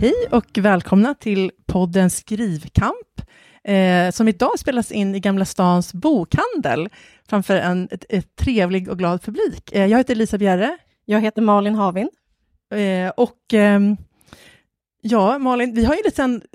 Hej och välkomna till podden Skrivkamp som idag spelas in i Gamla Stans bokhandel framför en trevlig och glad publik. Jag heter Lisa Bjerre. Jag heter Malin Havind. Ja, Malin, vi har ju lite en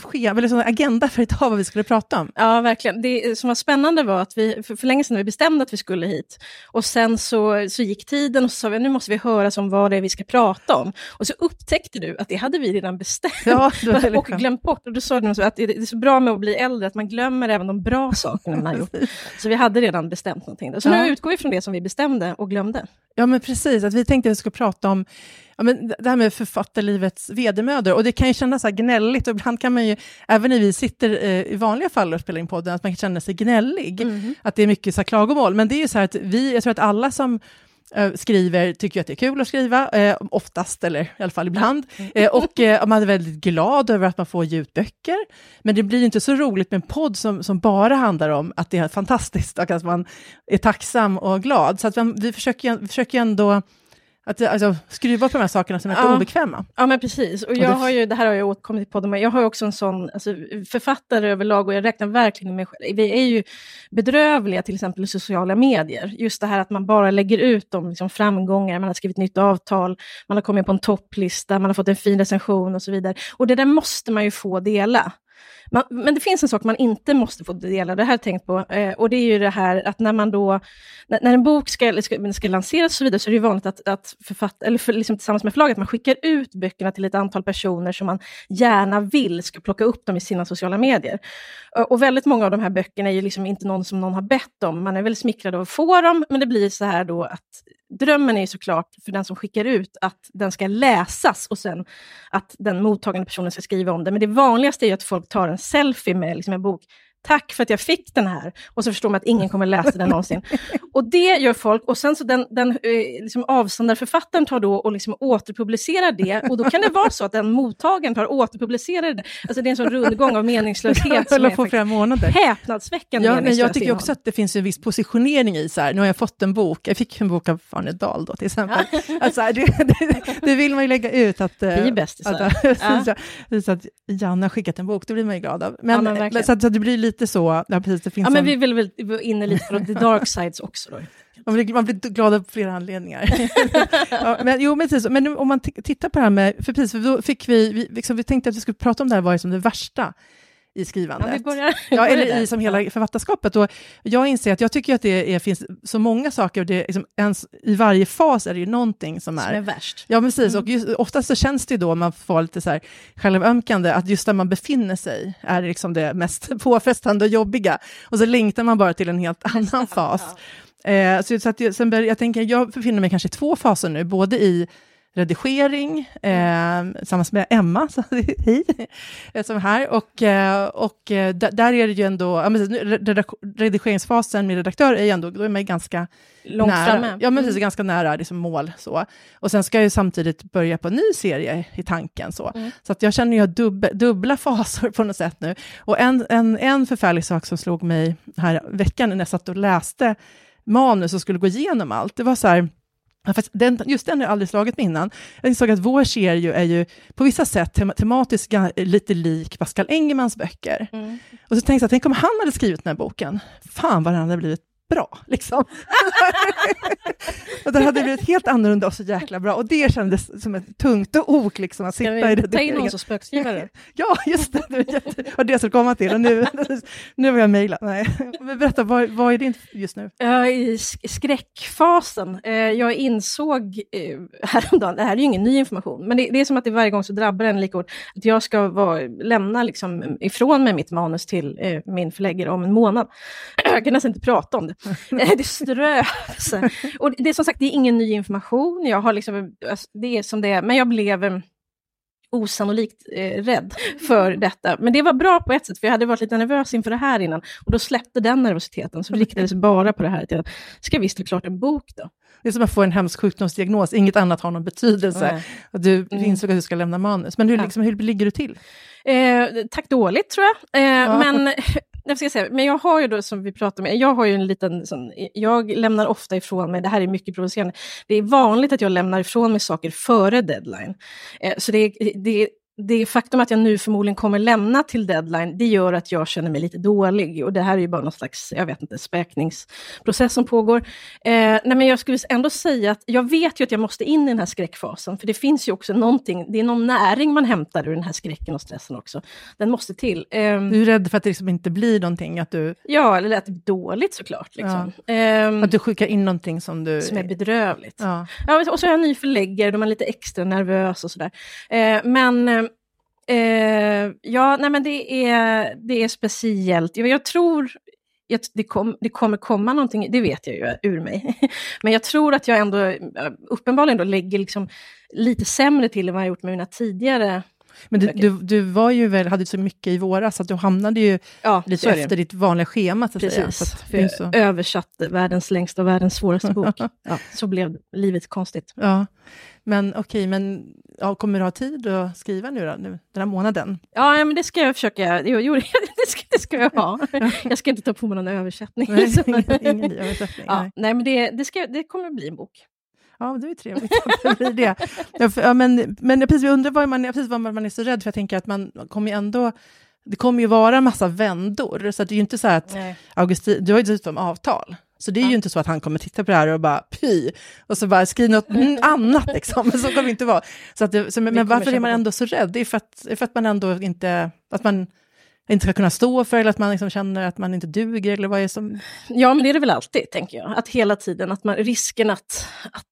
agenda för idag vad vi skulle prata om. Ja, verkligen. Det som var spännande var att vi för länge sedan vi bestämde att vi skulle hit. Och sen så gick tiden och så sa vi nu måste vi höra om vad det är vi ska prata om. Och så upptäckte du att det hade vi redan bestämt och glömt bort. Och du sa att det är så bra med att bli äldre att man glömmer även de bra sakerna man har gjort. Så vi hade redan bestämt någonting. Så nu utgår vi från det som vi bestämde och glömde. Ja, men precis. Att vi tänkte att vi skulle prata om det här med författarlivets vedermödor. Och det kan ju kännas så här gnälligt. Och ibland kan man ju, även när vi sitter i vanliga fall och spelar in podden, att man kan känna sig gnällig. Mm. Att det är mycket så här klagomål. Men det är ju så här att jag tror att alla som skriver tycker att det är kul att skriva. Oftast, eller i alla fall ibland. Och man är väldigt glad över att man får ge ut böcker. Men det blir inte så roligt med en podd som bara handlar om att det är fantastiskt. Och att man är tacksam och glad. Så att vi försöker ändå att skruva på de här sakerna som är inte obekväma. Ja, men precis. Och jag har ju, det här har jag återkommit till podden med. Jag har ju också en sån författare överlag och jag räknar verkligen med själv. Vi är ju bedrövliga till exempel i sociala medier. Just det här att man bara lägger ut de liksom framgångar. Man har skrivit nytt avtal, man har kommit på en topplista, man har fått en fin recension och så vidare. Och det där måste man ju få dela. Men det finns en sak man inte måste få dela, det här har jag tänkt på, och det är ju det här att när en bok ska lanseras och så vidare, så är det ju vanligt att liksom tillsammans med förlaget, man skickar ut böckerna till ett antal personer som man gärna vill ska plocka upp dem i sina sociala medier. Och väldigt många av de här böckerna är ju liksom inte någon som någon har bett om, man är väldigt smickrad av att få dem, men det blir så här då att drömmen är ju såklart för den som skickar ut att den ska läsas och sen att den mottagande personen ska skriva om det. Men det vanligaste är ju att folk tar en selfie med liksom en bok. Tack för att jag fick den här. Och så förstår man att ingen kommer läsa den någonsin. Och det gör folk. Och sen så den liksom avståndarförfattaren tar då och liksom återpublicerar det. Och då kan det vara så att den mottagaren tar och återpublicerar det. Alltså det är en sån rundgång av meningslöshet som är på flera månader. Häpnadsväckande. Ja, men jag tycker också att det finns en viss positionering i så här. Nu har jag fått en bok. Jag fick en bok av Arne Dahl då till exempel. Alltså, det vill man ju lägga ut. Att, vi är bästisar. Så att Janne har skickat en bok. Det blir man ju glad av. Men, så att det blir lite så. Ja, precis, det finns men vi vill väl inne lite på the dark sides också då. Man blir glad av flera anledningar. Men om man tittar på det här med, för då fick vi tänkte att vi skulle prata om det här, vad är som det värsta i skrivandet. Eller i som hela författarskapet. Och jag inser att jag tycker att det finns så många saker, och det liksom i varje fas är det ju någonting som är värst. Ja, precis. Och oftast så känns det då, man får lite så här självömkande, att just där man befinner sig är liksom det mest påfrestande och jobbiga. Och så längtar man bara till en helt annan fas. Så att jag tänker, jag befinner mig kanske i 2 faser nu, både i redigering tillsammans med Emma hej, som här och där är det ju ändå redigeringsfasen med redaktör är ju ändå, då är man ganska långt nära, framme. ja men precis, ganska nära liksom mål så, och sen ska jag ju samtidigt börja på en ny serie i tanken så att jag känner ju dubbla faser på något sätt nu, och en förfärlig sak som slog mig här veckan när jag satt och läste manus och skulle gå igenom allt, det var så här. Just den har jag aldrig slagit med innan. Jag insåg att vår serie är ju på vissa sätt tematiskt lite lik Pascal Engemans böcker. Och så tänkte jag, tänk om han hade skrivit den här boken. Fan vad den hade blivit bra, liksom. Och det hade blivit helt annorlunda och så jäkla bra. Och det kändes som ett tungt och ok liksom, att sitta i det. Ta in någon som spökskrivare? Ja, just det. Och det skulle komma till. Och nu har jag mejlat. Nej. Berätta, vad är det just nu? I skräckfasen. Jag insåg häromdagen, det här är ju ingen ny information, men det är som att det varje gång så drabbar en lika hårt, att jag ska lämna liksom ifrån mig mitt manus till min förläggare om en månad. Jag kan nästan inte prata om det. Det strövs. Och det är som sagt, det är ingen ny information. Jag har liksom, det är som det är, men jag blev osannolikt rädd för detta. Men det var bra på ett sätt, för jag hade varit lite nervös inför det här innan. Och då släppte den nervositeten, så det riktades bara på det här. Att ska visst ha klart en bok då? Det är som att få en hemsk sjukdomsdiagnos. Inget annat har någon betydelse. Och du insåg att du ska lämna manus. Men hur ligger du till? Tack dåligt, tror jag. Men jag ska säga, men jag har ju då, som vi pratade med, jag har ju en liten sån, jag lämnar ofta ifrån mig, det här är mycket provocerande, det är vanligt att jag lämnar ifrån mig saker före deadline. Så det är det faktum att jag nu förmodligen kommer lämna till deadline, det gör att jag känner mig lite dålig. Och det här är ju bara någon slags, jag vet inte, späkningsprocess som pågår. Nej, men jag skulle ändå säga att jag vet ju att jag måste in i den här skräckfasen. För det finns ju också någonting, det är någon näring man hämtar ur den här skräcken och stressen också. Den måste till. Du är rädd för att det liksom inte blir någonting? Att du... Ja, eller att det blir dåligt såklart. Liksom. Ja. Att du skickar in någonting som är bedrövligt. Ja. Ja, och så är jag ny förläggare, då är man lite extra nervös och sådär. Ja, nej men det är speciellt. Jag tror att det kommer komma någonting, det vet jag ju ur mig. Men jag tror att jag ändå uppenbarligen då lägger liksom lite sämre till än vad jag gjort med mina tidigare. Men du var ju väl, hade så mycket i våras att du hamnade ju lite efter ditt vanliga schema. Så att säga. Så att för jag översatte världens längsta och världens svåraste bok. Ja, så blev livet konstigt. Ja, men okej, men kommer du ha tid att skriva nu då, den här månaden? Ja, men det ska jag försöka. Det ska jag ha. Jag ska inte ta på mig någon översättning. Nej, ingen översättning. Ja, nej, men det kommer bli en bok. Ja, det är trevligt att det blir det. Ja, men precis, jag undrar vad man är så rädd för. Jag tänker att man kommer ju ändå... Det kommer ju vara en massa vändor. Så att det är ju inte så att... Augustin, du har ju dessutom avtal. Så det är ju inte så att han kommer titta på det här och bara py. Och så bara skriva något annat liksom. Men så kommer det inte vara. Men varför är man ändå så rädd? Det är för att man ändå inte... Att man inte ska kunna stå för, eller att man liksom känner att man inte duger, eller vad är det som... Ja, men det är det väl alltid, tänker jag. Att hela tiden, att man, risken att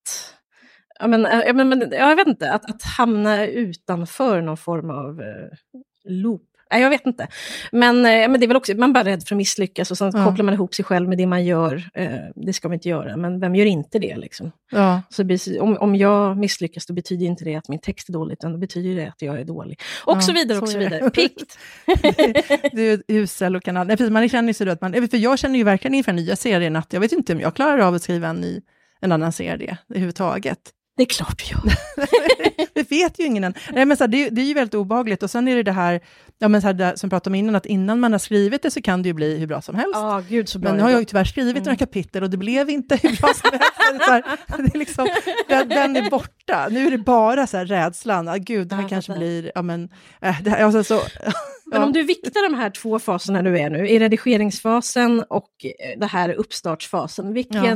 jag vet inte, att hamna utanför någon form av loop. Nej, jag vet inte. Men det är väl också, man är bara rädd för att misslyckas och sen kopplar man ihop sig själv med det man gör. Det ska man inte göra, men vem gör inte det liksom? Ja. Så om jag misslyckas, då betyder inte det att min text är dålig, utan då betyder det att jag är dålig. Och så vidare, och så vidare. Pikt! Du är usel och kanal. Nej, precis, man känner ju så att för jag känner ju verkligen inför nya serien att jag vet inte om jag klarar av att skriva en annan serie överhuvudtaget. Det är klart du gör. Det vet ju ingen än. Nej, men så här, det är ju väldigt obehagligt. Och sen är det här, så här som pratade om innan, att innan man har skrivit det så kan det ju bli hur bra som helst. Gud, så bra. Men nu har jag ju tyvärr skrivit några kapitel och det blev inte hur bra som helst. Det är liksom, den är borta. Nu är det bara så här rädslan. Gud, det här kanske blir... Men om du viktar de här två faserna du är nu, i redigeringsfasen och det här uppstartsfasen, vilken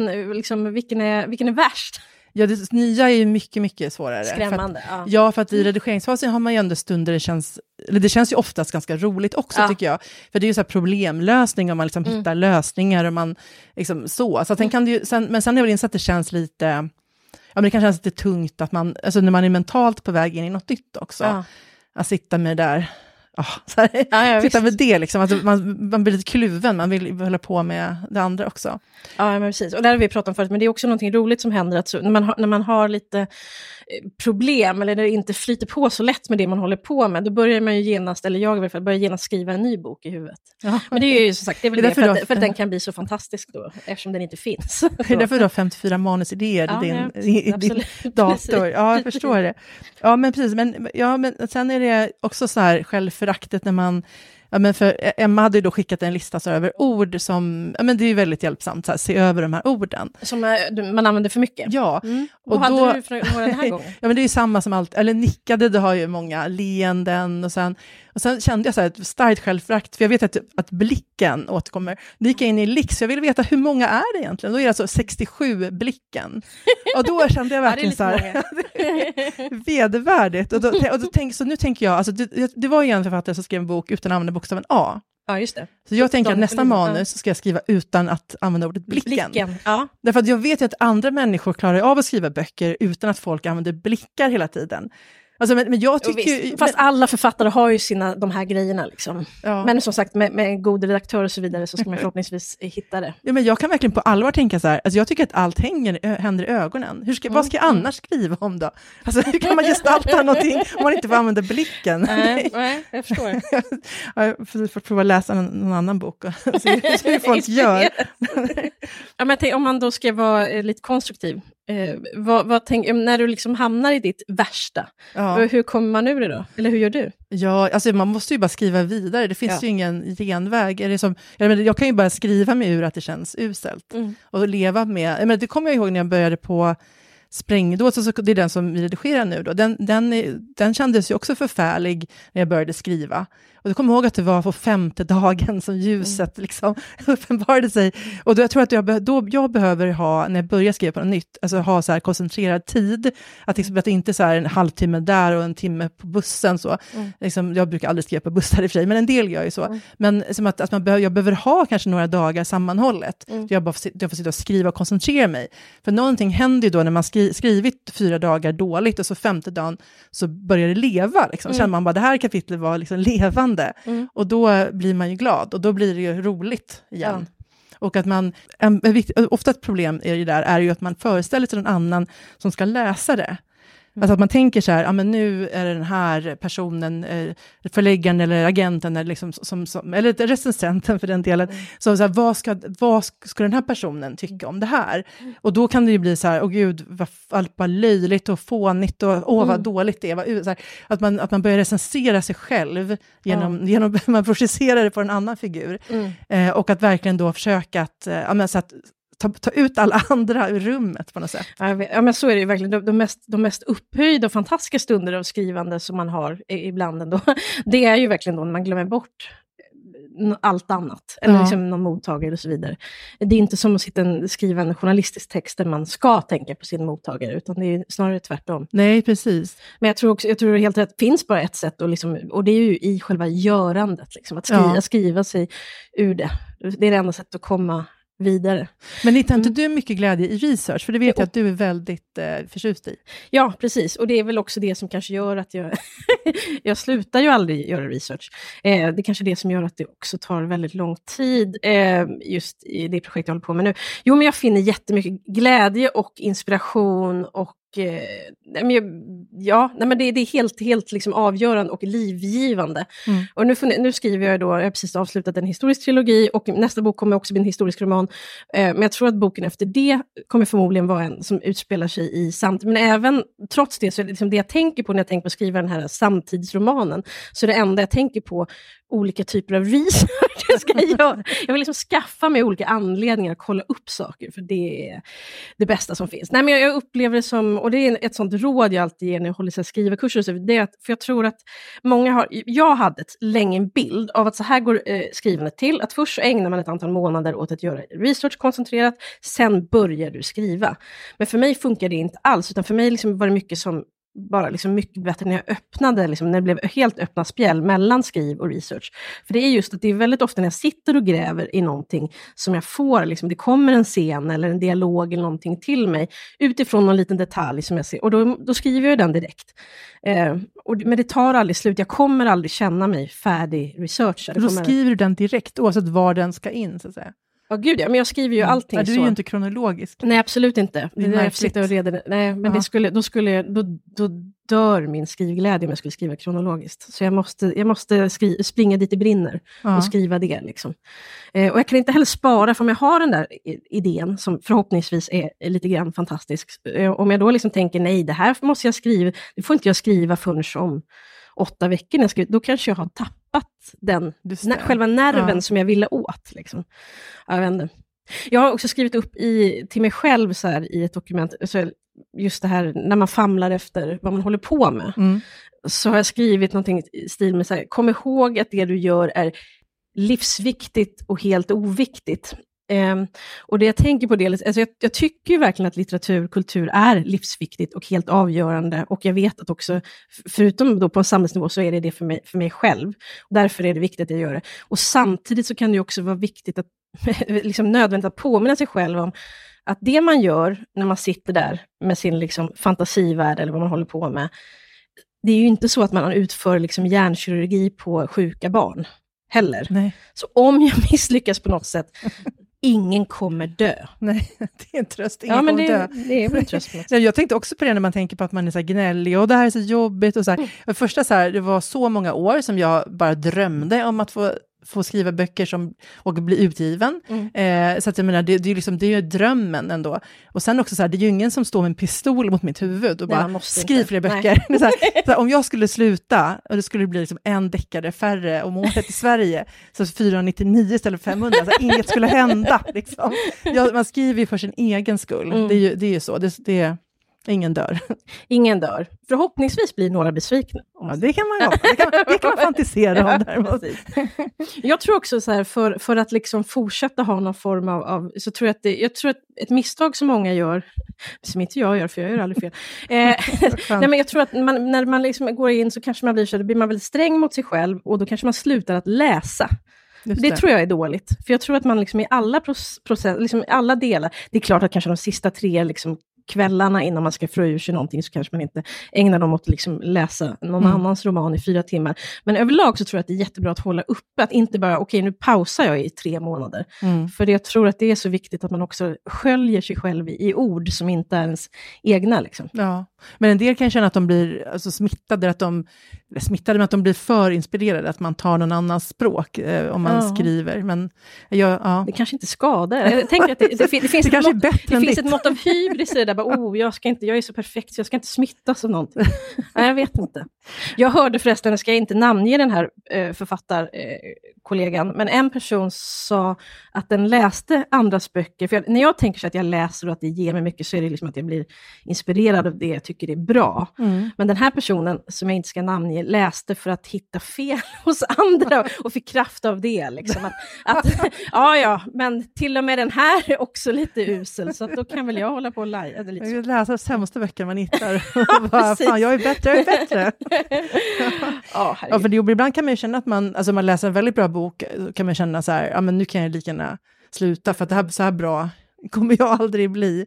är värst? Ja, det nya är ju mycket, mycket svårare. Skrämmande. För att i redigeringsfasen har man ju ändå stunder det känns ju oftast ganska roligt också, tycker jag. För det är ju så här problemlösning, och man liksom hittar lösningar och man liksom så att den kan det ju, men sen är det att det känns lite, det kan kännas lite tungt att man, alltså när man är mentalt på väg in i något nytt också. Att sitta med det där. Sitta med det liksom, alltså man blir lite kluven, man vill hålla på med det andra också. Ja, men precis, och där har vi pratat om förut, men det är också någonting roligt som händer, att när man har lite problem, eller det inte flyter på så lätt med det man håller på med, då börjar man ju genast, eller jag i alla fall, börjar genast skriva en ny bok i huvudet. Ja. Men det är ju som sagt, det är väl det för att den kan bli så fantastisk då, eftersom den inte finns. Det är därför du har 54 manusidéer i din dator. Ja, jag förstår det. Ja, men precis, men sen är det också så här självföraktet när man... Ja, men för Emma hade ju då skickat en lista så över ord som, det är ju väldigt hjälpsamt så här, se över de här orden. Som man använder för mycket? Ja. Och hade du för några den här gången? Ja, men det är ju samma som allt, eller nickade, det har ju många leenden, och sen kände jag så här ett starkt självförakt, för jag vet att blicken återkommer. Det gick jag in i Lix, jag ville veta hur många är det egentligen? Då är det alltså 67 blicken. Och då kände jag verkligen så här vedervärdigt. Så nu tänker jag, alltså det var ju en författare som skrev en bok utan att använda bokstaven A. Ja, just det. Så jag tänker att nästa manus ska jag skriva utan att använda ordet blicken. Ja. Därför att jag vet ju att andra människor klarar av att skriva böcker utan att folk använder blickar hela tiden. Alltså, men jag tycker fast alla författare har ju de här grejerna liksom. Ja. Men som sagt, med god redaktör och så vidare, så ska man förhoppningsvis hitta det. Ja, men jag kan verkligen på allvar tänka så här, alltså jag tycker att allt händer i ögonen. Vad ska jag annars skriva om då? Alltså hur kan man gestalta någonting om man inte får använda blicken? Nej, jag förstår. Jag får prova läsa någon annan bok och se hur folk gör. Ja, men om man då ska vara lite konstruktiv, när du liksom hamnar i ditt värsta, hur kommer man ur det då? Eller hur gör du? Ja, alltså man måste ju bara skriva vidare. Det finns ju ingen genväg. Jag kan ju bara skriva mig ur att det känns uselt. Och leva med. Men det kommer jag ihåg när jag började på sprängdåd, så det är den som vi redigerar nu då, den kändes ju också förfärlig när jag började skriva. Och jag kommer ihåg att det var på 5:e dagen som ljuset liksom uppenbarade sig. Och då, jag tror att jag behöver ha, när jag börjar skriva på något nytt, alltså ha så här koncentrerad tid. Att det inte är så här en halvtimme där och en timme på bussen. Så. Liksom, jag brukar aldrig skriva på bussar i och för sig, men en del gör ju så. Men som att jag behöver ha kanske några dagar sammanhållet. Jag får sitta och skriva och koncentrera mig. För någonting händer ju då när man skrivit 4 dagar dåligt och så 5:e dagen så börjar det leva. Liksom. Känner man bara, det här kapitlet var liksom levande. Och då blir man ju glad och då blir det ju roligt igen. Och att man, ofta ett problem är ju att man föreställer sig någon annan som ska läsa det. Alltså att man tänker så här, men nu är den här personen, förläggaren eller agenten eller, liksom, eller recensenten för den delen, så här, vad ska den här personen tycka om det här? Och då kan det ju bli så här, gud, vad löjligt och fånigt och vad dåligt det är. Så här, att man börjar recensera sig själv genom man projicerar det på en annan figur. Och att verkligen då försöka att, så att ta ut alla andra ur rummet på något sätt. Ja, men så är det ju verkligen. De mest upphöjda och fantastiska stunder av skrivande som man har ibland ändå, det är ju verkligen då när man glömmer bort allt annat. Eller liksom någon mottagare och så vidare. Det är inte som att skriva en journalistisk text där man ska tänka på sin mottagare, utan det är snarare tvärtom. Nej, precis. Men jag tror helt rätt, finns bara ett sätt och, liksom, och det är ju i själva görandet. Liksom, att skriva sig ur det. Det är det enda sättet att komma vidare. Men hittar inte du mycket glädje i research? För det vet jag att du är väldigt förtjust i. Ja, precis. Och det är väl också det som kanske gör att jag slutar ju aldrig göra research. Det är kanske det som gör att det också tar väldigt lång tid just i det projekt jag håller på med nu. Jo, men jag finner jättemycket glädje och inspiration och men det är helt liksom avgörande och livgivande. Och nu skriver jag då, jag har precis avslutat en historisk trilogi och nästa bok kommer också bli en historisk roman. Men jag tror att boken efter det kommer förmodligen vara en som utspelar sig i samtid. Men även trots det så är det liksom det jag tänker på när jag tänker på att skriva den här samtidsromanen, så är det enda jag tänker på olika typer av research jag ska göra. Jag vill liksom skaffa mig olika anledningar att kolla upp saker, för det är det bästa som finns. Nej, men jag upplever det som, och det är ett sånt råd jag alltid ger när jag håller så här skrivarkurser, så det är att, för jag tror att jag hade länge en bild av att så här går skrivandet till, att först så ägnar man ett antal månader åt att göra research koncentrerat, sen börjar du skriva. Men för mig funkar det inte alls, utan för mig liksom var det mycket som bara liksom mycket bättre när jag öppnade, liksom, när det blev helt öppna spjäll mellan skriv och research. För det är just att det är väldigt ofta när jag sitter och gräver i någonting som jag får, liksom, det kommer en scen eller en dialog eller någonting till mig utifrån någon liten detalj som jag ser, och då skriver jag den direkt. Men det tar aldrig slut, jag kommer aldrig känna mig färdig researchare. Då skriver du den direkt oavsett var den ska in, så att säga. Ja, gud ja, men jag skriver ju allting så. Du är ju inte kronologisk. Nej, absolut inte. Det är sitter och reder. Nej, men då dör min skrivglädje om jag skulle skriva kronologiskt. Så jag måste springa dit det brinner och skriva det liksom. Och jag kan inte heller spara, för om jag har den där idén som förhoppningsvis är lite grann fantastisk. Om jag då liksom tänker, nej, det här måste jag skriva, det får inte jag skriva förrän om 8 veckor, då kanske jag har tappat den själva nerven som jag ville åt. Liksom. Jag vet inte. Jag har också skrivit upp till mig själv så här, i ett dokument, så just det här när man famlar efter vad man håller på med. Så har jag skrivit någonting i stil med så här, kom ihåg att det du gör är livsviktigt och helt oviktigt. Och det jag tänker på det, alltså jag tycker ju verkligen att litteratur, kultur är livsviktigt och helt avgörande, och jag vet att också, förutom då på en samhällsnivå, så är det för mig själv. Därför är det viktigt att jag gör det. Och samtidigt så kan det ju också vara viktigt att liksom nödvändigt att påminna sig själv om att det man gör när man sitter där med sin liksom fantasivärld eller vad man håller på med, det är ju inte så att man utför liksom hjärnkirurgi på sjuka barn heller. Nej. Så om jag misslyckas på något sätt, ingen kommer dö. Nej, det är en tröst. Ingen kommer dö. Det är en tröst. Jag tänkte också på det när man tänker på att man är så här gnällig och det här är så jobbigt. Och så här. Första så här, det var så många år som jag bara drömde om att få skriva böcker och bli utgiven. Så att jag menar, det är ju drömmen ändå. Och sen också så här, det är ju ingen som står med en pistol mot mitt huvud och bara skriv fler böcker. Så här, om jag skulle sluta och det skulle bli liksom en deckare färre om året i Sverige, så 499 istället för 500, så inget skulle hända. Liksom. Man skriver ju för sin egen skull. Det är ju så. Ingen dör. Ingen dör. Förhoppningsvis blir några besvikna. Ja, det kan man det kan man fantisera om däremot. Jag tror också så här, för att liksom fortsätta ha någon form av så tror jag tror att ett misstag som många gör, som inte jag gör, för jag gör aldrig fel. Nej, men jag tror att när man liksom går in så kanske man blir så, då blir man väldigt sträng mot sig själv och då kanske man slutar att läsa. Det tror jag är dåligt. För jag tror att man liksom i alla process, liksom alla delar, det är klart att kanske de sista 3 liksom kvällarna innan man ska få ur sig någonting så kanske man inte ägnar dem åt att liksom läsa någon annans roman i 4 timmar. Men överlag så tror jag att det är jättebra att hålla uppe, att inte bara okej, nu pausar jag i 3 månader. För jag tror att det är så viktigt att man också sköljer sig själv i ord som inte är ens egna. Liksom. Ja, men en del kan känna att de blir alltså, smittade med att de blir för inspirerade, att man tar någon annans språk om man skriver. Men det kanske inte skadar. Jag tänker att det finns ett mått av hybris i det där. Jag är så perfekt så jag ska inte smittas av någonting. Nej, jag vet inte. Jag hörde förresten, jag ska inte namnge den här författarkollegan, men en person sa att den läste andras böcker. För när jag tänker så att jag läser och att det ger mig mycket så är det liksom att jag blir inspirerad av det jag tycker är bra. Men den här personen, som jag inte ska namnge, läste för att hitta fel hos andra och fick kraft av det. Liksom. Men till och med den här är också lite usel, så att då kan väl jag hålla på och läsa de sämsta böcker man hittar. Fan, jag är bättre. För ibland kan man ju känna att man läser en väldigt bra bok, kan man känna så här, men nu kan jag lika gärna sluta, för att det här så här bra kommer jag aldrig bli.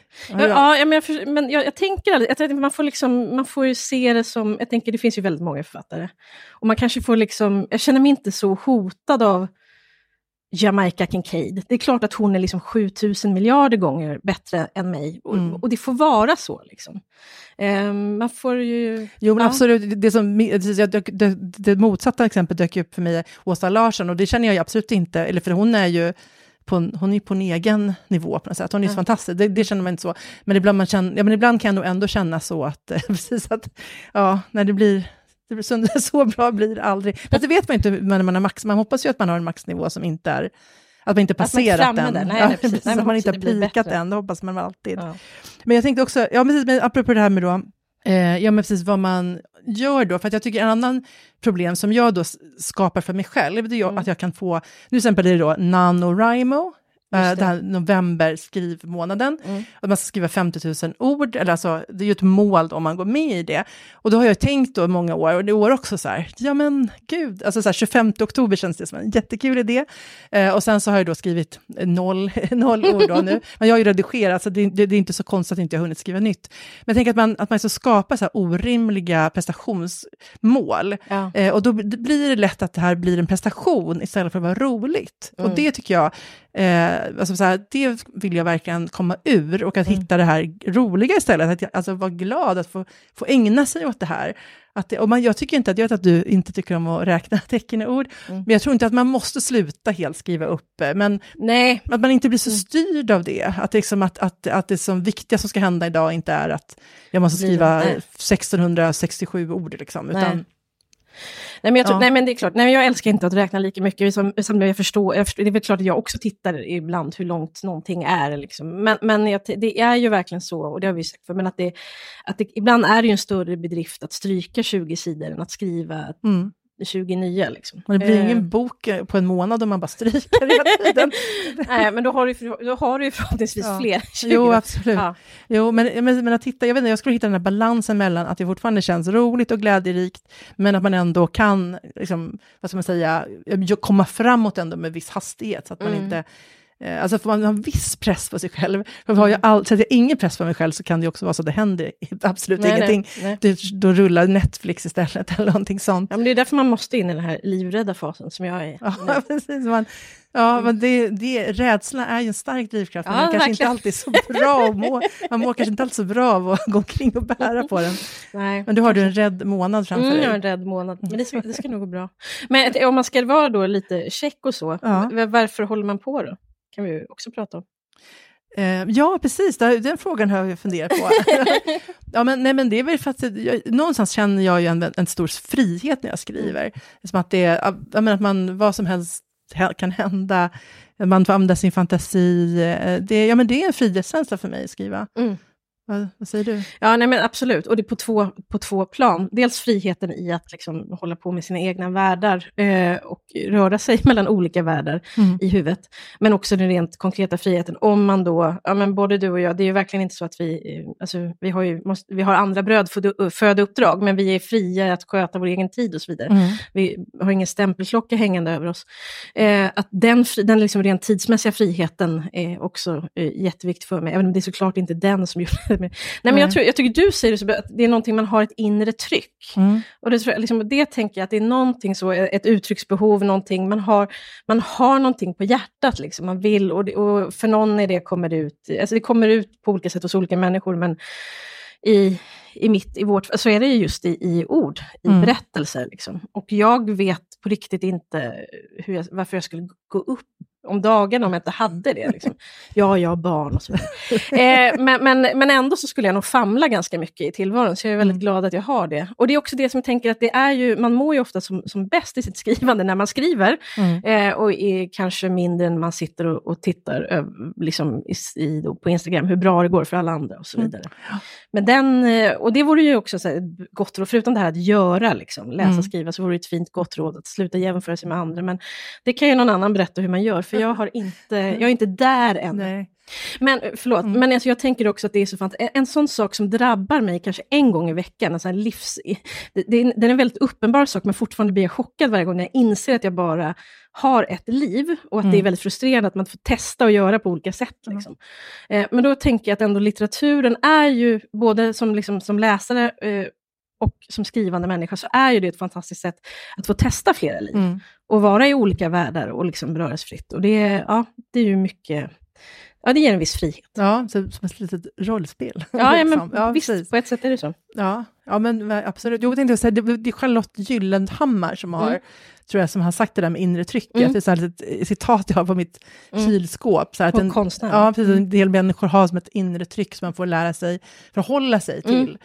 Men jag tänker att man får ju se det som, jag tänker det finns ju väldigt många författare. Och man kanske får liksom, jag känner mig inte så hotad av Jamaica Kincaid. Det är klart att hon är liksom 7000 miljarder gånger bättre än mig. Och det får vara så liksom. Man får ju... Jo, men absolut. Det motsatta exempel dök upp för mig, Åsa Larsson. Och det känner jag absolut inte. Eller för hon är ju hon är på en egen nivå på något sätt. Hon är så fantastisk. Det känner man inte så. Men ibland, ibland kan jag nog ändå känna så att precis att när det blir så bra blir det aldrig. Men det vet man inte när man har max. Man hoppas ju att man har en maxnivå som inte är, att man inte passerat den. Att man inte har pikat än. Det hoppas man alltid. Ja. Men jag tänkte också, men apropå det här med då, men precis vad man gör då, för att jag tycker en annan problem som jag då skapar för mig själv, det är att jag kan få, nu till exempel är det då NaNoWriMo, det här november skrivmånaden, att man ska skriva 50 000 ord, eller alltså, det är ju ett mål då, om man går med i det. Och då har jag tänkt då många år, och det år också så här, alltså så här, 25 oktober känns det som en jättekul idé. Och sen så har jag då skrivit 0 ord då nu. Men jag har ju redigerat, så det är inte så konstigt att inte jag har hunnit skriva nytt. Men jag tänker att man så skapar så här orimliga prestationsmål. Ja. Och då blir det lätt att det här blir en prestation istället för att vara roligt. Och det tycker jag, alltså så här, det vill jag verkligen komma ur, och att hitta det här roliga istället, att vara glad att få ägna sig åt det här. Jag tycker inte, jag vet att du inte tycker om att räkna tecken i ord, men jag tror inte att man måste sluta helt skriva upp, men att man inte blir så styrd av det, att det som viktiga som ska hända idag inte är att jag måste skriva 1667 ord liksom, utan Nej, men det är klart. Nej, men jag älskar inte att räkna lika mycket som jag förstår. Det är väl klart att jag också tittar ibland hur långt någonting är. Liksom. Men det är ju verkligen så, och det har vi sagt för, men att det ibland är det ju en större bedrift att stryka 20 sidor än att skriva 29 liksom. Och det blir ingen bok på en månad om man bara stryker hela tiden. Nej, men då har du ju förhoppningsvis fler 20. Jo, absolut. Ja. Jo, men att hitta, jag vet inte, jag skulle hitta den här balansen mellan att det fortfarande känns roligt och glädjerikt, men att man ändå kan liksom, vad ska man säga, komma framåt ändå med viss hastighet, så att man inte alltså får man ha en viss press på sig själv. För har jag så att jag ingen press på mig själv, så kan det också vara så att det händer absolut ingenting. Nej. Då rullar Netflix istället eller någonting sånt. Ja, men det är därför man måste in i den här livrädda fasen som jag är. Ja, precis. Men rädsla är ju en stark drivkraft. Men man kanske inte alltid är så bra man mår kanske inte alltid så bra av att gå omkring och bära på den. Nej, men då har du en rädd månad framför dig. Jag har en rädd månad, men det ska nog gå bra. Men om man ska vara då lite check och så, varför håller man på då? Kan vi ju också prata om. Ja, precis. Den frågan har jag funderat på. Men det är väl för att någonstans känner jag ju en stor frihet när jag skriver. Som att att man vad som helst kan hända. Man får använda sin fantasi. Det är en frihetskänsla för mig att skriva. Vad säger du? Ja, nej men absolut. Och det är på två plan. Dels friheten i att liksom hålla på med sina egna världar och röra sig mellan olika världar i huvudet. Men också den rent konkreta friheten. Om man då, men både du och jag, det är ju verkligen inte så att vi har andra brödfödeuppdrag, men vi är fria att sköta vår egen tid och så vidare. Vi har ingen stämpelklocka hängande över oss. Att den liksom rent tidsmässiga friheten är också jätteviktig för mig. Även om det är såklart inte den som gör det. Nej, men jag tycker du säger det så att det är någonting man har ett inre tryck. Och det, liksom, det tänker jag att det är någonting så, ett uttrycksbehov, någonting man har någonting på hjärtat liksom, man vill, och för någon är det kommer ut på olika sätt hos olika människor, men i vårt, så är det just i ord, i berättelser liksom. Och jag vet på riktigt inte varför jag skulle gå upp om dagen om jag inte hade det. Liksom. Jag har barn och så vidare. Men ändå så skulle jag nog famla ganska mycket i tillvaron. Så jag är väldigt glad att jag har det. Och det är också det som jag tänker att det är ju, man mår ju ofta som bäst i sitt skrivande när man skriver. Och är kanske mindre än man sitter och tittar liksom på Instagram hur bra det går för alla andra och så vidare. Men och det vore ju också så här, gott råd, förutom det här att göra, liksom, läsa och skriva, så vore det ett fint gott råd att sluta jämföra sig med andra. Men det kan ju någon annan berätta hur man gör, för jag är inte där än. Nej. Men förlåt, men alltså jag tänker också att det är så fantastiskt. En sån sak som drabbar mig kanske en gång i veckan, en sån här den är en väldigt uppenbar sak, men fortfarande blir jag chockad varje gång när jag inser att jag bara har ett liv, och att det är väldigt frustrerande att man får testa och göra på olika sätt. Liksom. Men då tänker jag att ändå litteraturen är ju, både som läsare och som skrivande människa, så är ju det ett fantastiskt sätt att få testa flera liv. Och vara i olika världar och liksom röra sig fritt. Och det är ju mycket... Ja, det ger en viss frihet. Ja, som ett litet rollspel. Ja, men visst, precis. På ett sätt är det så. Ja, men absolut. Jag tänkte säga, det är Charlotte Gyllenhammar som har sagt det där med inre trycket. Det är så här ett citat jag har på mitt kylskåp. Så här, konstnär. Ja, precis. En del människor har som ett inre tryck som man får lära sig förhålla sig till.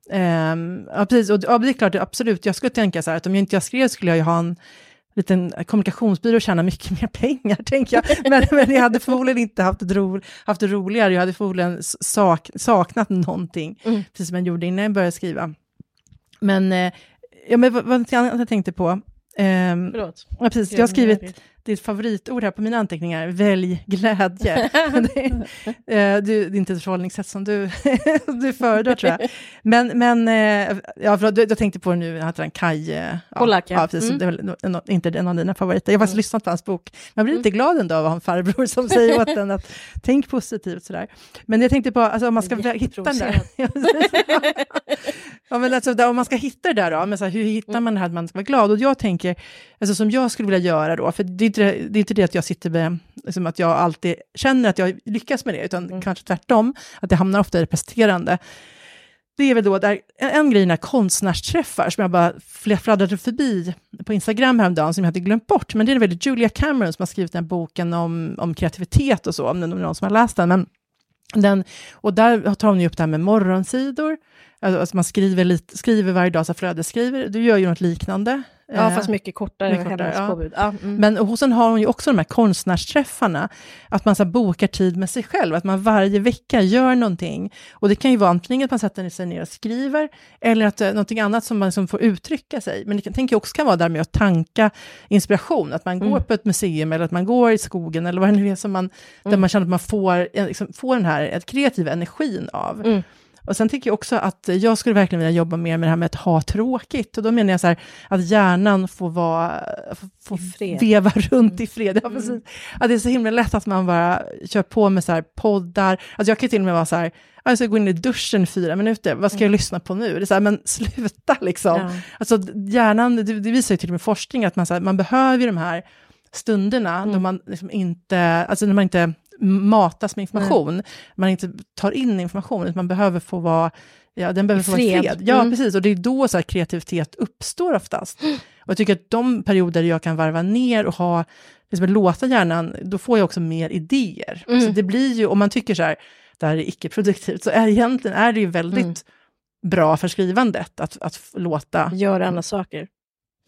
Ja, precis. Och det är klart, absolut. Jag skulle tänka så här, att om jag inte skrev skulle jag ju ha en liten kommunikationsbyrå och tjäna mycket mer pengar, tänker jag. Men jag hade förmodligen inte haft det roligare. Jag hade förmodligen saknat någonting, precis som jag gjorde innan jag började skriva. Men vad jag tänkte på... Förlåt. Ja, precis. Jag har skrivit ditt favoritord här på mina anteckningar. Välj glädje. Det är inte ett förhållningssätt som du föredrar, tror jag. Men jag tänkte på det nu, heter han Kaj. Ja, precis. Det är väl inte en av dina favoriter. Jag har faktiskt lyssnat på hans bok. Man blir lite glad ändå av att ha en farbror som säger åt en att tänk positivt sådär. Men jag tänkte på, alltså, om man ska hitta den där. Ja, men alltså, om man ska hitta det där då, men så här, hur hittar man det här att man ska vara glad? Och jag tänker, alltså, som jag skulle vilja göra då, för det är inte det att jag sitter med, liksom, att jag alltid känner att jag lyckas med det, utan kanske tvärtom, att jag hamnar ofta i det presterande. Det är väl då där, en grej när konstnärsträffar som jag bara fladdrade förbi på Instagram häromdagen som jag hade glömt bort, men det är väl Julia Cameron som har skrivit den boken om kreativitet och så, om det är någon som har läst den. Och där tar hon ju upp det här med morgonsidor. Alltså man skriver varje dag, så flödesskriver. Du gör ju något liknande. Ja, fast mycket kortare. Men och sen har hon ju också de här konstnärsträffarna. Att man så bokar tid med sig själv. Att man varje vecka gör någonting. Och det kan ju vara antingen att man sätter sig ner och skriver. Eller att någonting annat som man liksom får uttrycka sig. Men det tänker jag också kan vara där med att tanka inspiration. Att man går på ett museum eller att man går i skogen. Eller vad det nu är som där man känner att man får den här kreativa energin av. Och sen tycker jag också att jag skulle verkligen vilja jobba mer med det här med att ha tråkigt. Och då menar jag så här, att hjärnan får veva runt i fred. Ja, precis. Att det är så himla lätt att man bara kör på med så här poddar. Alltså jag kan till och med vara så här, jag ska gå in i duschen 4 minuter. Vad ska jag lyssna på nu? Det är så här, men sluta liksom. Ja. Alltså hjärnan, det visar ju till och med forskning att man behöver de här stunderna då man liksom inte, alltså när man inte matas med information. Man inte tar in information, utan man behöver få vara, den behöver få vara i fred. Ja, precis. Och det är då så här kreativitet uppstår oftast. Och jag tycker att de perioder jag kan varva ner och ha, liksom låta hjärnan, då får jag också mer idéer. Så det blir ju, om man tycker så här, det här är icke-produktivt, så egentligen är det ju väldigt bra för skrivandet att låta göra andra saker.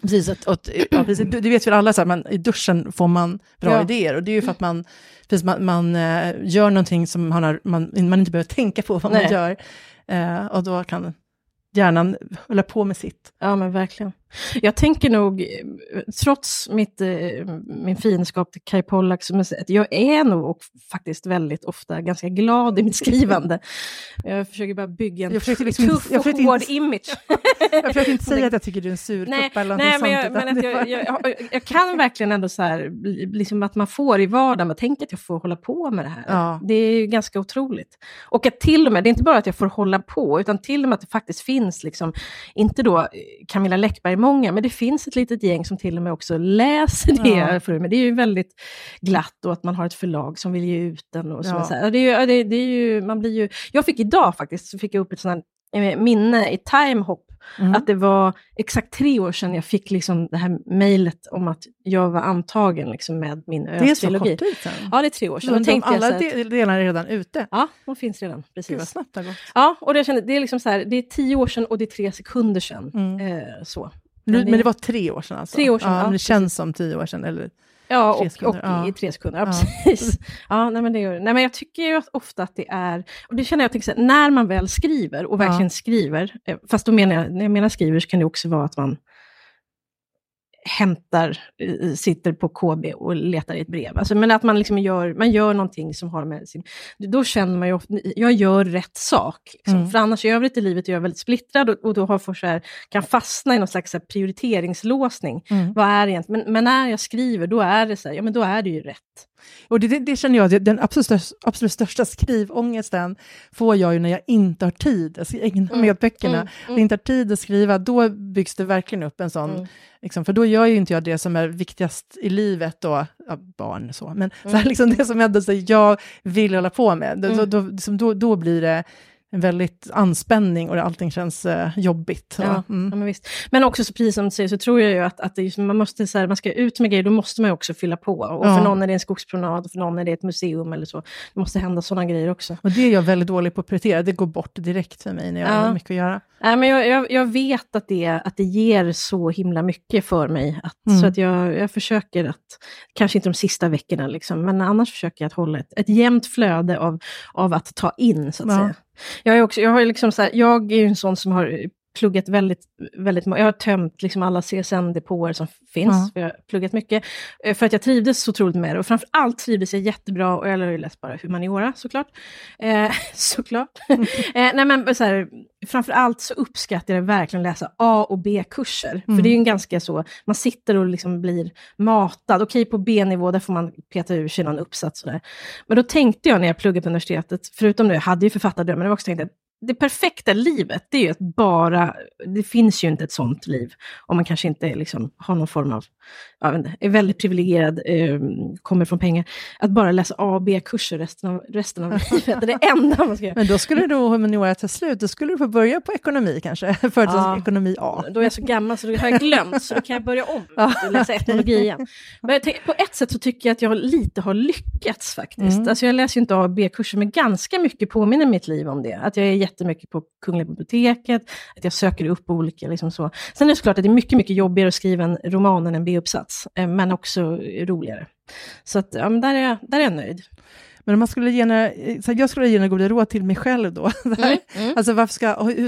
Precis, precis. Du vet väl alla, så här, i duschen får man bra idéer, och det är ju för att man gör någonting som man inte behöver tänka på vad man gör, och då kan hjärnan hålla på med sitt. Ja, men verkligen. Jag tänker nog, trots min fiendskap till Kai Pollak, som att jag är nog faktiskt väldigt ofta ganska glad i mitt skrivande. Jag försöker bara bygga en tuff och hård image. Jag försöker inte säga att jag tycker du är en surkuppa eller något sånt. Jag kan verkligen ändå så här, liksom att man får i vardagen, man tänker att jag får hålla på med det här. Ja. Det är ju ganska otroligt. Och att till och med, det är inte bara att jag får hålla på, utan till och med att det faktiskt finns, liksom, inte då Camilla Läckberg många, men det finns ett litet gäng som till och med också läser det för mig. Men det är ju väldigt glatt, och att man har ett förlag som vill ge ut den och så. Det är ju, man blir ju, jag fick idag faktiskt, så fick jag upp ett sånt här minne i Timehop, att det var exakt 3 år sedan jag fick liksom det här mejlet om att jag var antagen liksom med min Ö-trilogi. Det är så kort tid sedan. Ja, det är 3 år sedan. Men alla delarna är redan ute. Ja, de finns redan. Precis. Gud, vad snabbt det har gått. Ja, och det är liksom så här, det är 10 år sedan och det är 3 sekunder sedan. Så. Men det var 3 år sedan alltså? 3 år sedan, men det känns som 10 år sedan, eller? Ja, och i 3 sekunder, precis. Ja, men jag tycker ju ofta att det är, och det känner jag till exempel, när man väl skriver och verkligen skriver, fast då menar jag, när jag menar skriver, så kan det också vara att man sitter på KB och letar i ett brev. Alltså, men att man liksom gör någonting som har med sin... Då känner man ju ofta, jag gör rätt sak. Liksom. För annars i övrigt i livet är jag väldigt splittrad, och då kan fastna i någon slags prioriteringslåsning. Vad är det egentligen? Men när jag skriver, då är det så här, men då är det ju rätt. Och det känner jag, den absolut största skrivångesten får jag ju när jag inte har tid att ägna mig åt böckerna. Och inte har tid att skriva, då byggs det verkligen upp en sån, liksom, för då gör ju inte jag det som är viktigast i livet då, barn så, men så här, liksom, det som jag vill hålla på med, då blir det en väldigt anspänning och allting känns jobbigt. Ja, men visst. Men också så precis som du säger, så tror jag ju att det just, man ska ut med grejer, då måste man ju också fylla på. Och för någon är det en skogspronad, och för någon är det ett museum eller så. Det måste hända sådana grejer också. Och det är jag väldigt dålig på att prioritera. Det går bort direkt för mig när jag har mycket att göra. Nej, men jag vet att det ger så himla mycket för mig. Så att jag försöker att, kanske inte de sista veckorna liksom, men annars försöker jag att hålla ett jämnt flöde av att ta in, så att säga. Jag är ju en sån som har pluggat väldigt, väldigt, jag har tömt liksom alla CSN-depåer som finns. Jag har pluggat mycket för att jag trivdes så otroligt med det, och framförallt trivdes jag jättebra, och jag har ju läst bara humaniora såklart. Nej, men så här, framförallt så uppskattar jag verkligen läsa A- och B-kurser, för det är ju en ganska så, man sitter och liksom blir matad. Okej, på B-nivå där får man peta ur sig någon uppsats sådär. Men då tänkte jag när jag pluggade på universitetet, förutom det, jag hade ju författardrömmen, men jag också tänkte att det perfekta livet, det är ju att det finns ju inte ett sånt liv om man kanske inte liksom har någon form av, är väldigt privilegierad, kommer från pengar, att bara läsa A- och B-kurser resten av livet. Det är det enda man ska göra. Men då skulle du humaniora ta slut, då skulle du få börja på ekonomi kanske, ekonomi A. Då är jag så gammal så då har jag glömt, så då kan jag börja om och läsa etnologi igen. Men på ett sätt så tycker jag att jag lite har lyckats faktiskt. Alltså jag läser ju inte A- och B-kurser, men ganska mycket påminner mitt liv om det. Att jag är jättemycket på Kungliga biblioteket, att jag söker upp olika liksom så. Sen är det såklart att det är mycket, mycket jobbigare att skriva en roman än en B-uppsats, men också roligare. Så att, där är jag nöjd. Men om man skulle jag skulle ge några goda råd till mig själv då. Alltså hur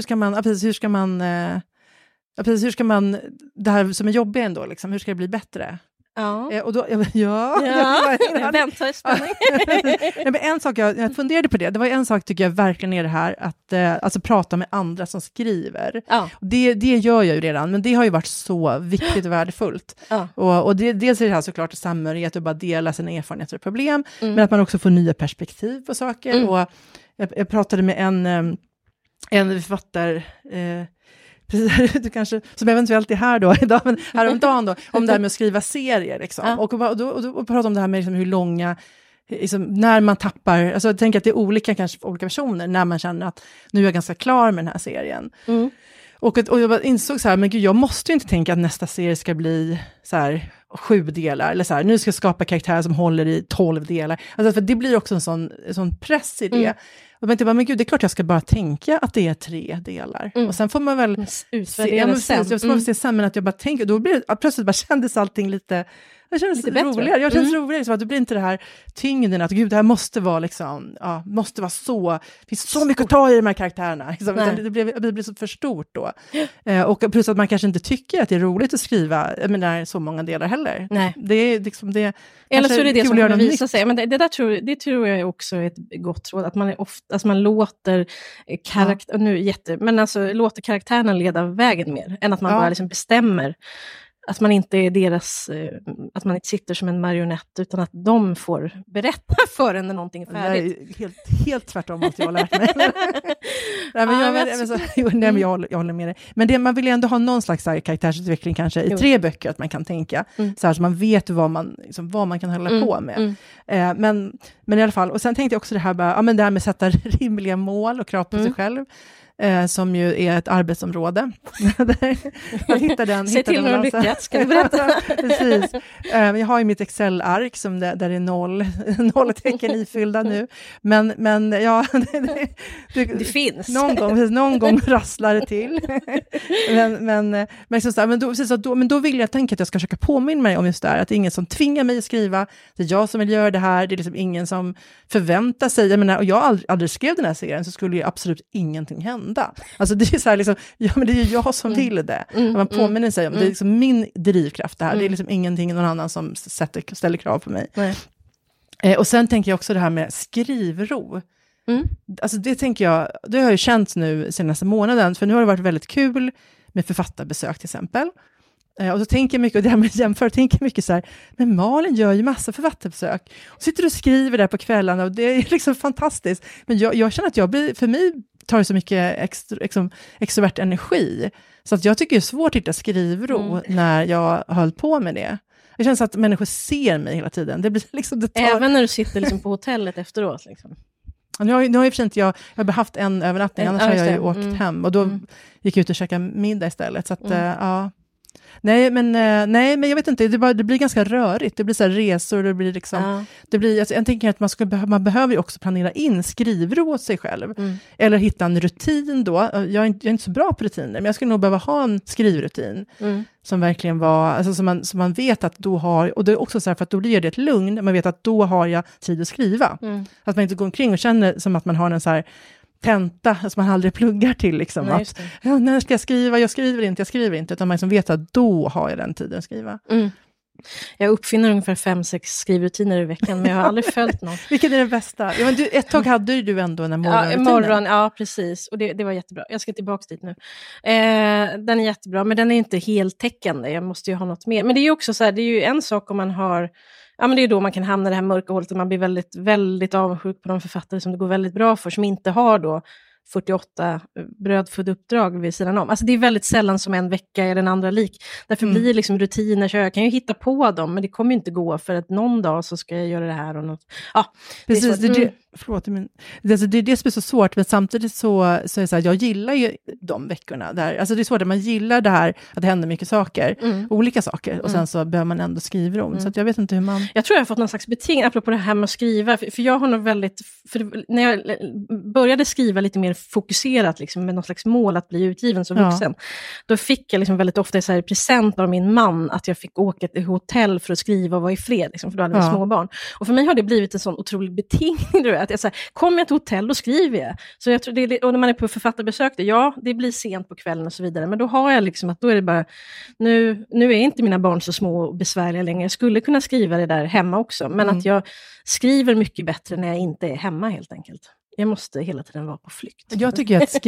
ska man, det här som är jobbigt ändå, liksom, hur ska det bli bättre? Ja. Och då, jag väntar i spänning. Men en sak jag funderade på det var en sak tycker jag verkligen är det här att alltså prata med andra som skriver. Ja. Det gör jag ju redan, men det har ju varit så viktigt och värdefullt. Ja. Och dels är det här såklart samhörighet och bara dela sina erfarenheter och problem, men att man också får nya perspektiv på saker. Och jag pratade med en författare du kanske, som eventuellt är här då idag, men häromdagen då, om det här med att skriva serier liksom. Och prata om det här med liksom hur långa, liksom, när man tappar, alltså jag tänker att det är olika personer när man känner att nu är jag ganska klar med den här serien. Och jag insåg så här, men gud, jag måste ju inte tänka att nästa serie ska bli så här 7 delar, eller så här, nu ska jag skapa karaktärer som håller i 12 delar. Alltså, för det blir också en sån press i det. Och men, men gud, det är klart jag ska bara tänka att det är 3 delar. Och sen får man väl utvärdera sen. Jag får se sen, men att jag bara tänker, då blir det, plötsligt bara kändes allting lite... Det kändes roligare. Jag känns roligare, så att det blir inte det här tyngden att gud, det här måste vara liksom, måste vara så, det finns så mycket att ta i de här karaktärerna. Liksom, det blir så för stort då. Och plus att man kanske inte tycker att det är roligt att skriva när så många delar heller. Nej. Det är liksom det. Eller så är det som kommer visa sig. Men det tror jag också är ett gott råd, att man är ofta, alltså man låter låter karaktärerna leda vägen mer, än att man bara liksom bestämmer. Att man inte är deras, att man inte sitter som en marionett, utan att de får berätta för en när någonting är färdigt. Helt tvärtom mot jag har lärt mig. Jag håller med dig. Men man vill ju ändå ha någon slags karaktärsutveckling kanske i 3 böcker, att man kan tänka. Så man vet vad man kan hålla på med. Men i alla fall, och sen tänkte jag också det här, det här med att sätta rimliga mål och krav på sig själv. Som ju är ett arbetsområde. Att hitta den. Se till hur de lyckats, ska du berätta? Precis. Jag har ju mitt Excel-ark där det är 0 tecken ifyllda nu. Men ja, det finns. Någon gång rasslar det till. Men då vill jag tänka att jag ska försöka påminna mig om just det här, att det är ingen som tvingar mig att skriva. Det är jag som vill göra det här. Det är liksom ingen som förväntar sig. Och jag aldrig skrev den här serien, så skulle ju absolut ingenting hända. Alltså det är så här liksom, men det är ju jag som vill det. Man påminner sig om det är liksom min drivkraft det här. Det är liksom ingenting någon annan som ställer krav på mig. Och sen tänker jag också det här med skrivro. Alltså det tänker jag, det har jag ju känt nu senaste månaden, för nu har det varit väldigt kul med författarbesök till exempel. Och så tänker jag mycket, och det här med jämför, tänker mycket så här, men Malin gör ju massa författarbesök. Och sitter och skriver där på kvällarna, och det är liksom fantastiskt. Men jag känner att för mig tar det så mycket extrovert energi. Så att jag tycker det är svårt att hitta skrivro när jag höll på med det. Det känns att människor ser mig hela tiden. Det blir liksom, även när du sitter liksom på hotellet efteråt liksom. Nu har jag för sig jag har haft en övernattning, annars har jag ju åkt hem. Och då gick jag ut och käkade middag istället. Så att, Nej, men jag vet inte, det blir ganska rörigt. Det blir så här resor, det blir liksom, jag tänker att man behöver ju också planera in skrivro åt sig själv. Eller hitta en rutin då. Jag är inte så bra på rutiner, men jag skulle nog behöva ha en skrivrutin som verkligen var, alltså som man vet att då har, och det är också så här, för att då blir det ett lugn, man vet att då har jag tid att skriva. Att man inte går omkring och känner som att man har en så här tenta som man aldrig pluggar till liksom. Nej, att, när ska jag skriva? Jag skriver inte, utan man som vet att då har jag den tiden att skriva. Jag uppfinner ungefär 5-6 skrivrutiner i veckan, men jag har aldrig följt någon. Vilken är det bästa? Ja, men ett tag hade du ändå den här morgonrutinen. Ja, precis. Och det var jättebra. Jag ska tillbaka dit nu. Den är jättebra, men den är inte heltäckande. Jag måste ju ha något mer. Men det är ju också så här, det är ju en sak om man har... Ja, men det är då man kan hamna i det här mörka hålet och man blir väldigt, väldigt avundsjuk på de författare som det går väldigt bra för, som inte har då 48 brödfödd uppdrag vid sidan om. Alltså det är väldigt sällan som en vecka är den andra lik. Därför blir liksom rutiner, så jag kan ju hitta på dem, men det kommer inte gå för att någon dag så ska jag göra det här och något. Ja, precis. Det är det som är så svårt, men samtidigt så är det så här, jag gillar ju de veckorna där, alltså det är svårt att man gillar det här, att det händer mycket saker, olika saker, och sen så behöver man ändå skriva om, så att jag vet inte hur man... Jag tror jag har fått någon slags beting, apropå det här med att skriva, för jag har nog väldigt, när jag började skriva lite mer fokuserat liksom, med något slags mål att bli utgiven som vuxen, då fick jag liksom väldigt ofta så här present av min man att jag fick åka till hotell för att skriva och vara i fred, liksom, för då hade jag små barn. Och för mig har det blivit en sån otrolig beting, att jag så här, kommer jag till hotell, då skriver jag. Så jag tror det, och när man är på författarbesök, det blir sent på kvällen och så vidare, men då har jag liksom att då är det bara, nu är inte mina barn så små och besvärliga längre. Jag skulle kunna skriva det där hemma också, men att jag skriver mycket bättre när jag inte är hemma helt enkelt. Jag måste hela tiden vara på flykt. Jag tycker att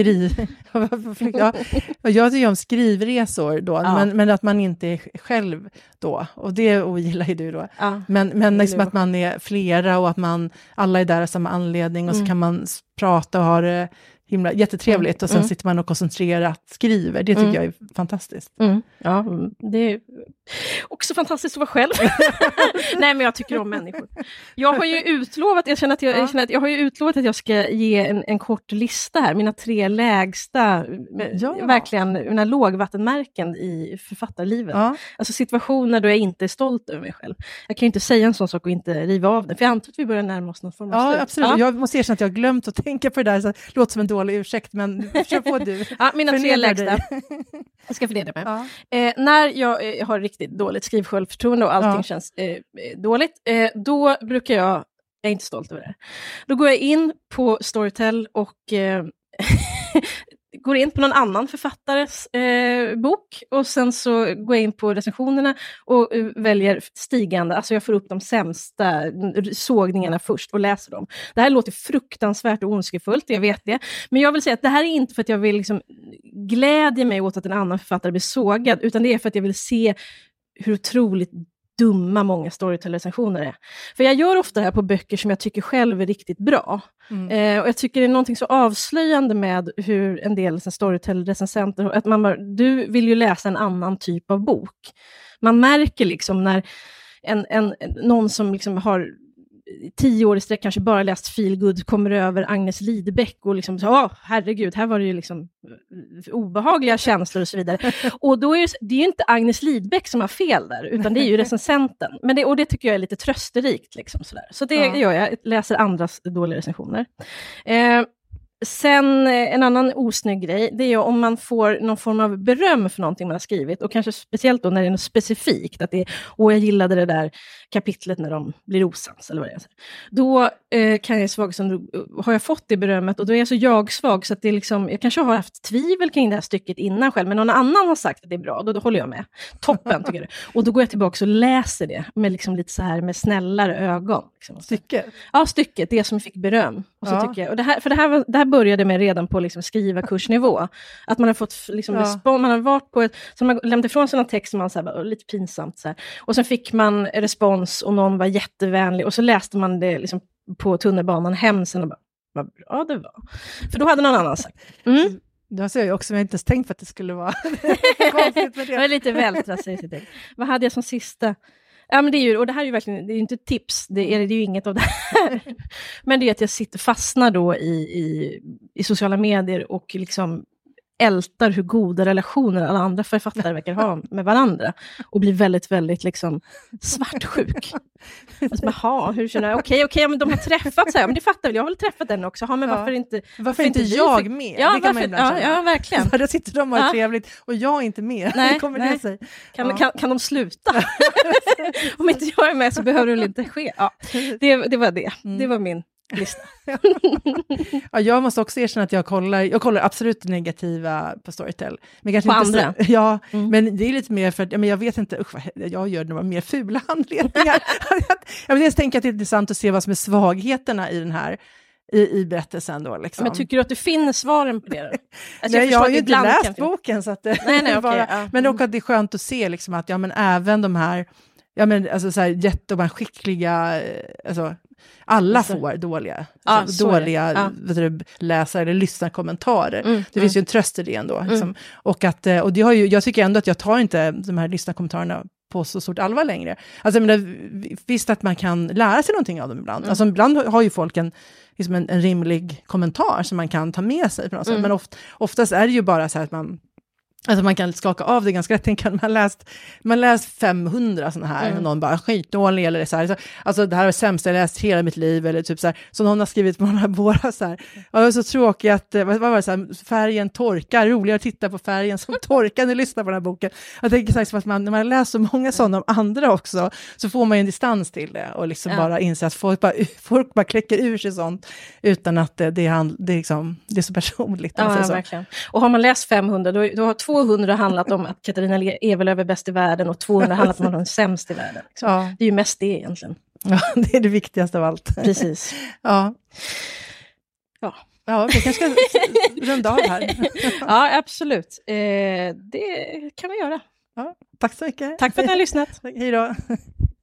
jag tycker om skrivresor då, men att man inte är själv då, och det ogillar ju du då. Ja, men liksom att man är flera och att alla är där av samma anledning, och så kan man prata och ha det jättetrevligt och sen sitter man och koncentrerat skriver. Det tycker jag är fantastiskt. Ja, det är också fantastiskt att vara själv. Nej, men jag tycker om människor. Jag har ju utlovat, jag känner att jag har ju utlovat att jag ska ge en kort lista här, mina 3 lägsta, verkligen mina lågvattenmärken i författarlivet. Ja. Alltså situationer då jag inte är stolt över mig själv. Jag kan ju inte säga en sån sak och inte riva av den, för jag antar att vi börjar närma oss någon form av slut. Absolut. Ja. Jag måste erkänna att jag har glömt att tänka på det där, så det låter som en dålig ursäkt, men kör på du. Ja, mina 3 lägsta. Jag ska förnedra mig. Ja. När jag har riktigt dåligt skrivsjälvförtroende och allting känns dåligt, då brukar jag är inte stolt över det. Då går jag in på Storytel och går in på någon annan författares bok och sen så går jag in på recensionerna och väljer stigande, alltså jag får upp de sämsta sågningarna först och läser dem. Det här låter fruktansvärt och ondskefullt, jag vet det, men jag vill säga att det här är inte för att jag vill liksom glädja mig åt att en annan författare blir sågad, utan det är för att jag vill se hur otroligt dumma många Storytel-recensioner är. För jag gör ofta det här på böcker som jag tycker själv är riktigt bra. Och jag tycker det är någonting så avslöjande med hur en del Storytel-recensenter, att du vill ju läsa en annan typ av bok. Man märker liksom när någon som liksom har 10 år i sträck kanske bara läst Feelgood kommer över Agnes Lidbeck och liksom så, herregud, här var det ju liksom obehagliga känslor och så vidare. Och då är det är ju inte Agnes Lidbeck som har fel där, utan det är ju recensenten. Men det tycker jag är lite trösterikt liksom sådär. Så det gör jag, läser andras dåliga recensioner. Sen en annan osnygg grej, det är om man får någon form av beröm för någonting man har skrivit, och kanske speciellt då när det är något specifikt, att det är, jag gillade det där kapitlet när de blir osams eller vad det är. Då kan jag svag som har jag fått det berömmet, och då är jag så jag-svag så att det är liksom, jag kanske har haft tvivel kring det här stycket innan själv, men någon annan har sagt att det är bra, då håller jag med. Toppen tycker jag. Och då går jag tillbaka och läser det med liksom lite så här med snällare ögon. Liksom. Stycket? Ja, stycket, det som fick beröm. Och så tycker jag, och det här började med redan på liksom skriva kursnivå. Att man har fått liksom man har varit på så man lämnade ifrån sig någon text som man så här, lite pinsamt så här. Och sen fick man respons och någon var jättevänlig, och så läste man det liksom på tunnelbanan hem sen och bara, vad bra det var. För då hade någon annan sagt. Det ser jag också, men jag inte ens tänkt för att det skulle vara konstigt med det. Jag är lite vältrat sig till det. Vad hade jag som sista? Ja, men det är ju, och det här är ju verkligen, det är ju inte tips, det är ju inget av det här. Men det är att jag fastnar då i sociala medier och liksom ältar hur goda relationer alla andra författare verkar ha med varandra. Och blir väldigt, väldigt liksom svartsjuk. Alltså, hur känner jag? Okej, men de har träffat så här, men det fattar väl, jag har väl träffat den också. Men varför inte jag med? Ja, det kan man ibland känna. Ja, verkligen. Så där sitter de och har trevligt och jag är inte med. Nej, kommer nej. Det sig? Kan de sluta? Om inte jag är med så behöver det väl inte ske. Ja, det var det. Det var min lista. Ja, jag måste också erkänna att jag kollar absolut negativa på Storytel. Men kanske på inte andra? Ja, men det är lite mer för att jag vet inte, jag gör några mer fula anledningar. Jag tänker att det är intressant att se vad som är svagheterna i den här i berättelsen då liksom. Men tycker du att du finner svaren på det? Alltså, jag har ju inte läst boken så att nej, okay, men också att det är skönt att se liksom att men även de här alltså så här jätteskickliga alltså alla får dåliga läsare eller lyssnarkommentarer. Det finns ju en tröst i det ändå. Liksom. Och det har ju, jag tycker ändå att jag tar inte de här lyssnarkommentarerna på så stort allvar längre. Alltså jag menar, visst att man kan lära sig någonting av dem ibland. Alltså ibland har ju folk en rimlig kommentar som man kan ta med sig på något sätt. Men oftast är det ju bara så här att man kan skaka av det ganska lätt. Man läst 500 sådana här, och någon bara skitdålig eller så här. Alltså det här är det sämsta jag läst hela mitt liv, eller typ så här, som någon har skrivit på våra så här. Ja, det var så tråkigt att vad var det så här, färgen torkar, roligare att titta på färgen som torkar när du lyssnar på den här boken. Jag tänker så här, som att när man läser så många sådana om andra också, så får man ju en distans till det och liksom bara inser att folk bara kläcker ur sig sånt utan att det är så personligt. Ja, så. Verkligen. Och har man läst 500, då har 200 handlat om att Katarina Evelöv är bäst i världen och 200 handlat om att hon är sämst i världen. Liksom. Ja. Det är ju mest det egentligen. Ja, det är det viktigaste av allt. Precis. Ja, vi kanske ska runda av här. Ja, absolut. Det kan vi göra. Ja, tack så mycket. Tack för att ni har lyssnat. Hej då.